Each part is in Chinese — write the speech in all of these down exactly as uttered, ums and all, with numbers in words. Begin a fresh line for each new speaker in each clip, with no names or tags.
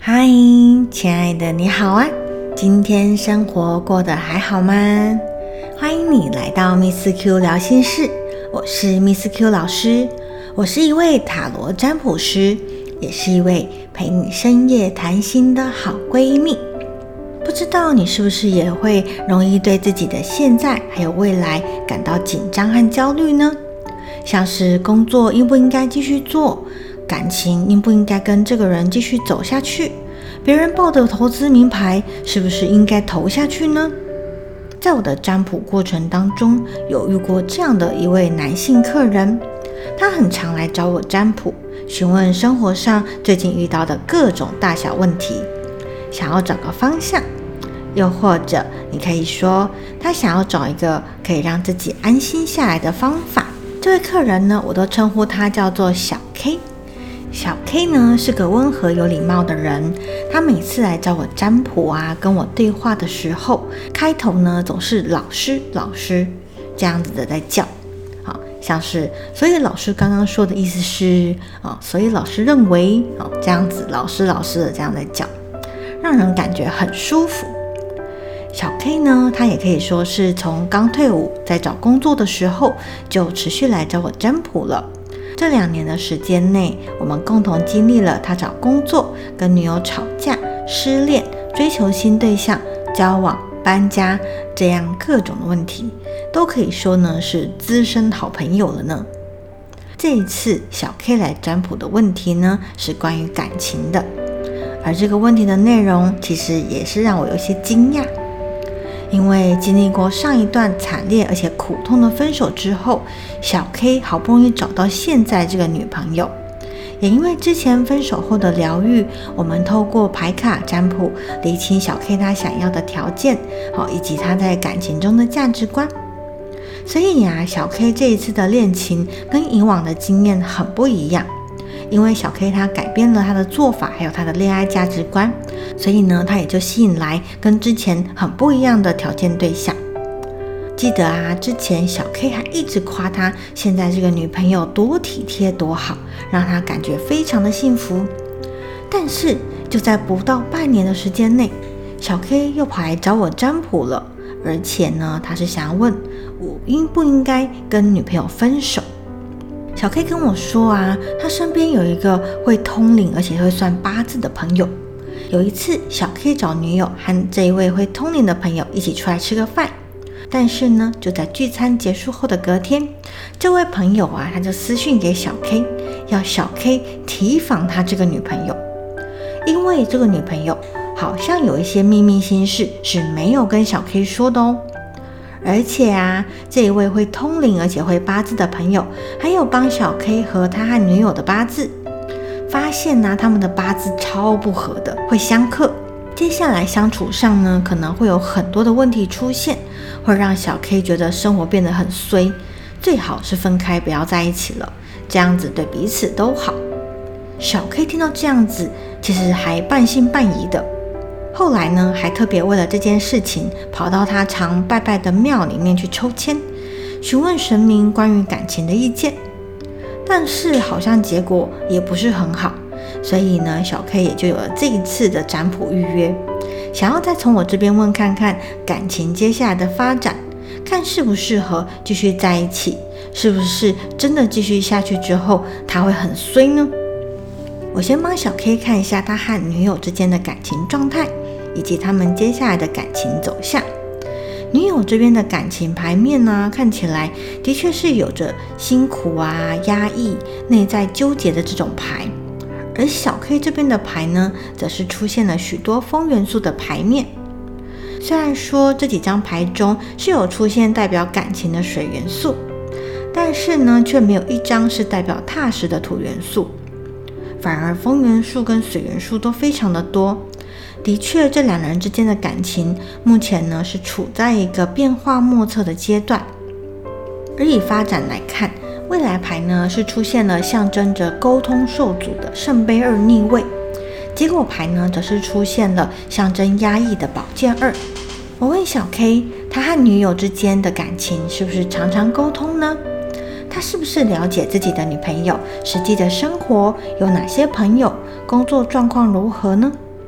嗨，亲爱的，你好啊！今天生活过得还好吗？欢迎你来到 Miss Q 聊心事，我是 Miss Q 老师，我是一位塔罗占卜师，也是一位陪你深夜谈心的好闺蜜。不知道你是不是也会容易对自己的现在还有未来感到紧张和焦虑呢？像是工作应不应该继续做，感情应不应该跟这个人继续走下去，别人报的投资名牌是不是应该投下去呢？在我的占卜过程当中，有遇过这样的一位男性客人，他很常来找我占卜，询问生活上最近遇到的各种大小问题，想要找个方向。又或者你可以说他想要找一个可以让自己安心下来的方法。这位客人呢，我都称呼他叫做小 K。 小 K 呢是个温和有礼貌的人，他每次来找我占卜啊，跟我对话的时候，开头呢总是老师老师这样子的在叫，好像是所以老师刚刚说的意思是、哦、所以老师认为、哦、这样子老师老师的这样在叫，让人感觉很舒服。小 K 呢，他也可以说是从刚退伍在找工作的时候就持续来找我占卜了。这两年的时间内，我们共同经历了他找工作、跟女友吵架、失恋、追求新对象、交往、搬家这样各种的问题，都可以说呢是资深好朋友了呢。这一次小 K 来占卜的问题呢是关于感情的，而这个问题的内容其实也是让我有些惊讶。因为经历过上一段惨烈而且苦痛的分手之后，小 K 好不容易找到现在这个女朋友，也因为之前分手后的疗愈，我们透过牌卡占卜厘清小 K 他想要的条件，以及他在感情中的价值观。所以呀，小 K 这一次的恋情跟以往的经验很不一样，因为小 K 他改变了他的做法，还有他的恋爱价值观，所以呢，他也就吸引来跟之前很不一样的条件对象。记得啊，之前小 K 还一直夸他现在这个女朋友多体贴多好，让他感觉非常的幸福。但是就在不到半年的时间内，小 K 又跑来找我占卜了，而且呢，他是想要问我应不应该跟女朋友分手。小 K 跟我说啊，他身边有一个会通灵而且会算八字的朋友。有一次小 K 找女友和这一位会通灵的朋友一起出来吃个饭，但是呢就在聚餐结束后的隔天，这位朋友啊他就私讯给小 K， 要小 K 提防他这个女朋友，因为这个女朋友好像有一些秘密心事是没有跟小 K 说的哦。而且啊，这一位会通灵而且会八字的朋友，还有帮小 K 和他和女友的八字，发现呢、啊，他们的八字超不合的，会相克。接下来相处上呢，可能会有很多的问题出现，会让小 K 觉得生活变得很衰，最好是分开，不要在一起了，这样子对彼此都好。小 K 听到这样子，其实还半信半疑的。后来呢，还特别为了这件事情跑到他常拜拜的庙里面去抽签，询问神明关于感情的意见。但是好像结果也不是很好，所以呢，小 K 也就有了这一次的占卜预约，想要再从我这边问看看感情接下来的发展，看适不适合继续在一起，是不是真的继续下去之后他会很衰呢？我先帮小 K 看一下他和女友之间的感情状态，以及他们接下来的感情走向。女友这边的感情牌面呢，看起来的确是有着辛苦啊、压抑、内在纠结的这种牌，而小 K 这边的牌呢，则是出现了许多风元素的牌面。虽然说这几张牌中是有出现代表感情的水元素，但是呢，却没有一张是代表踏实的土元素，反而风元素跟水元素都非常的多。的确，这两人之间的感情目前呢是处在一个变化莫测的阶段。而以发展来看，未来牌呢是出现了象征着沟通受阻的圣杯二逆位，结果牌呢则是出现了象征压抑的宝剑二。我问小 K， 他和女友之间的感情是不是常常沟通呢？他是不是了解自己的女朋友实际的生活有哪些朋友，工作状况如何呢？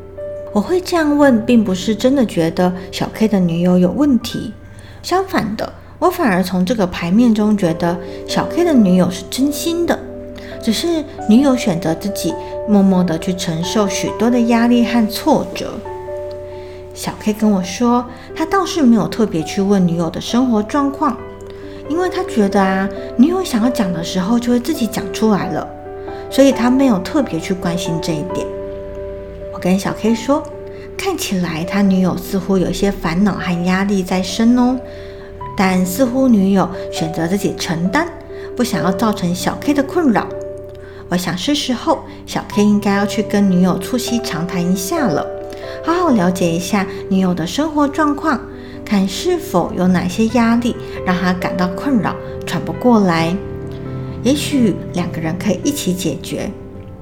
我会这样问，并不是真的觉得小 K 的女友有问题，相反的，我反而从这个牌面中觉得小 K 的女友是真心的，只是女友选择自己默默的去承受许多的压力和挫折。小 K 跟我说，他倒是没有特别去问女友的生活状况，因为他觉得啊，女友想要讲的时候就会自己讲出来了，所以他没有特别去关心这一点。我跟小 K 说，看起来他女友似乎有些烦恼和压力在身哦，但似乎女友选择自己承担，不想要造成小 K 的困扰。我想是时候小 K 应该要去跟女友促膝长谈一下了，好好了解一下女友的生活状况，看是否有哪些压力让她感到困扰，喘不过来。也许两个人可以一起解决。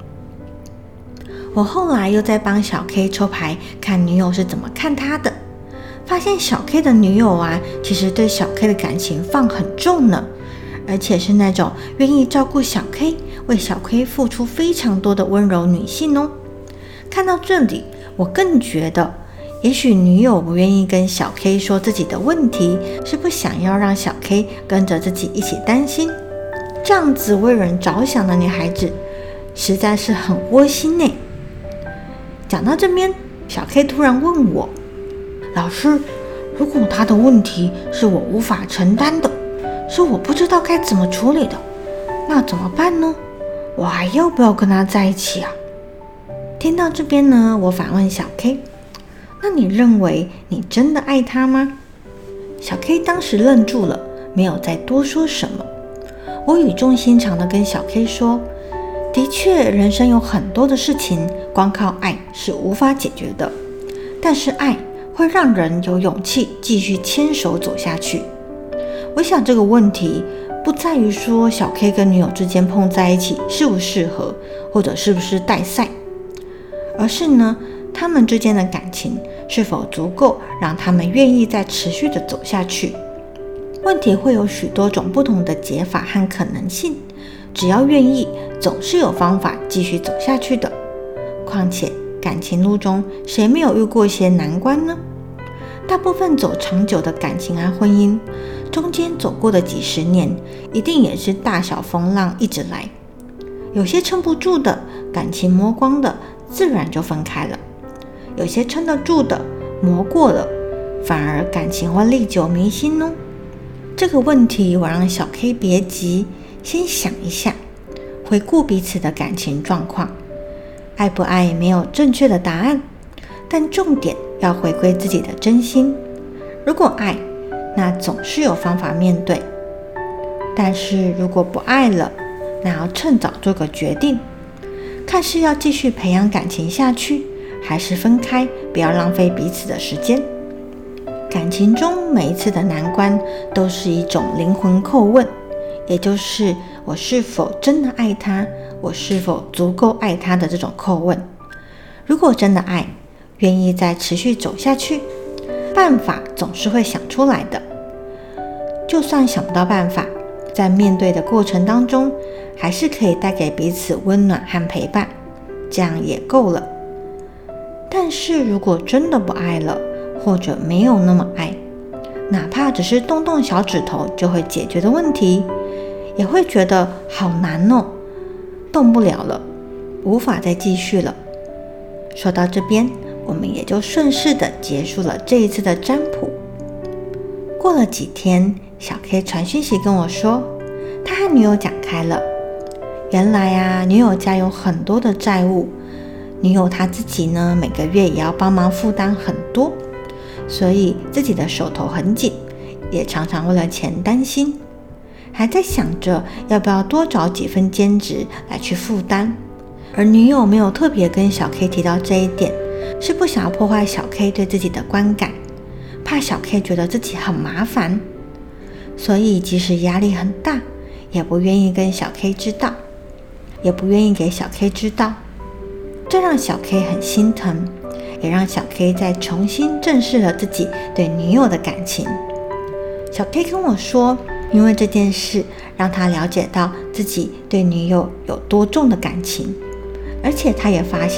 我后来又在帮小 K 抽牌，看女友是怎么看他的，发现小 K 的女友啊，其实对小 K 的感情放很重呢，而且是那种愿意照顾小 K， 为小 K 付出非常多的温柔女性哦。看到这里，我更觉得，也许女友不愿意跟小 K 说自己的问题，是不想要让小 K 跟着自己一起担心。这样子为人着想的女孩子，实在是很窝心呢。讲到这边，小 K 突然问我，老师，如果他的问题是我无法承担的，是我不知道该怎么处理的，那怎么办呢？我还要不要跟他在一起啊？听到这边呢，我反问小 K， 那你认为你真的爱他吗？小 K 当时愣住了，没有再多说什么。我语重心长地跟小 K 说，的确，人生有很多的事情，光靠爱是无法解决的，但是爱会让人有勇气继续牵手走下去。我想这个问题不在于说小 K 跟女友之间碰在一起适不适合，或者是不是带赛，而是呢，他们之间的感情是否足够让他们愿意再持续的走下去。问题会有许多种不同的解法和可能性，只要愿意，总是有方法继续走下去的。况且感情路中，谁没有遇过一些难关呢？大部分走长久的感情和婚姻，中间走过的几十年，一定也是大小风浪一直来。有些撑不住的，感情磨光的，自然就分开了；有些撑得住的，磨过了，反而感情会历久弥新哦。这个问题我让小 K 别急，先想一下，回顾彼此的感情状况。爱不爱没有正确的答案，但重点要回归自己的真心。如果爱，那总是有方法面对；但是如果不爱了，那要趁早做个决定，看是要继续培养感情下去，还是分开，不要浪费彼此的时间。感情中每一次的难关都是一种灵魂叩问，也就是我是否真的爱他，我是否足够爱他的这种叩问。如果真的爱，愿意再持续走下去，办法总是会想出来的。就算想不到办法，在面对的过程当中，还是可以带给彼此温暖和陪伴，这样也够了。但是如果真的不爱了，或者没有那么爱，哪怕只是动动小指头就会解决的问题，也会觉得好难哦，动不了了，无法再继续了。说到这边，我们也就顺势的结束了这一次的占卜。过了几天，小 K 传讯息跟我说，他和女友讲开了。原来啊，女友家有很多的债务，女友她自己呢，每个月也要帮忙负担很多，所以自己的手头很紧，也常常为了钱担心，还在想着要不要多找几份兼职来去负担。而女友没有特别跟小 K 提到这一点，是不想要破坏小 K 对自己的观感，怕小 K 觉得自己很麻烦，所以即使压力很大，也不愿意跟小 K 知道，也不愿意给小 K 知道。这让小 K 很心疼，也让小 K 再重新正视了自己对女友的感情。小 K 跟我说，因为这件事让他了解到自己对女友有多重的感情，而且他也发现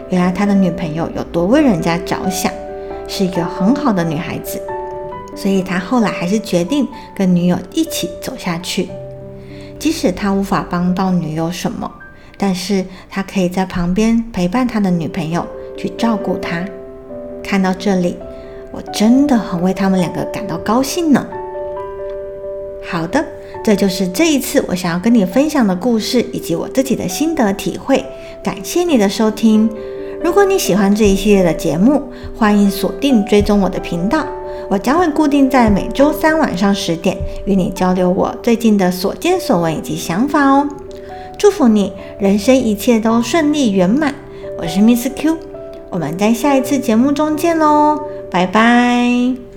原来他的女朋友有多为人家着想，是一个很好的女孩子，所以他后来还是决定跟女友一起走下去。即使他无法帮到女友什么，但是他可以在旁边陪伴他的女朋友，去照顾她。看到这里，我真的很为他们两个感到高兴呢。好的，这就是这一次我想要跟你分享的故事，以及我自己的心得体会。感谢你的收听。如果你喜欢这一系列的节目，欢迎锁定追踪我的频道，我将会固定在每周三晚上十点与你交流我最近的所见所闻以及想法哦。祝福你人生一切都顺利圆满。我是 Miss Q， 我们在下一次节目中见咯，拜拜。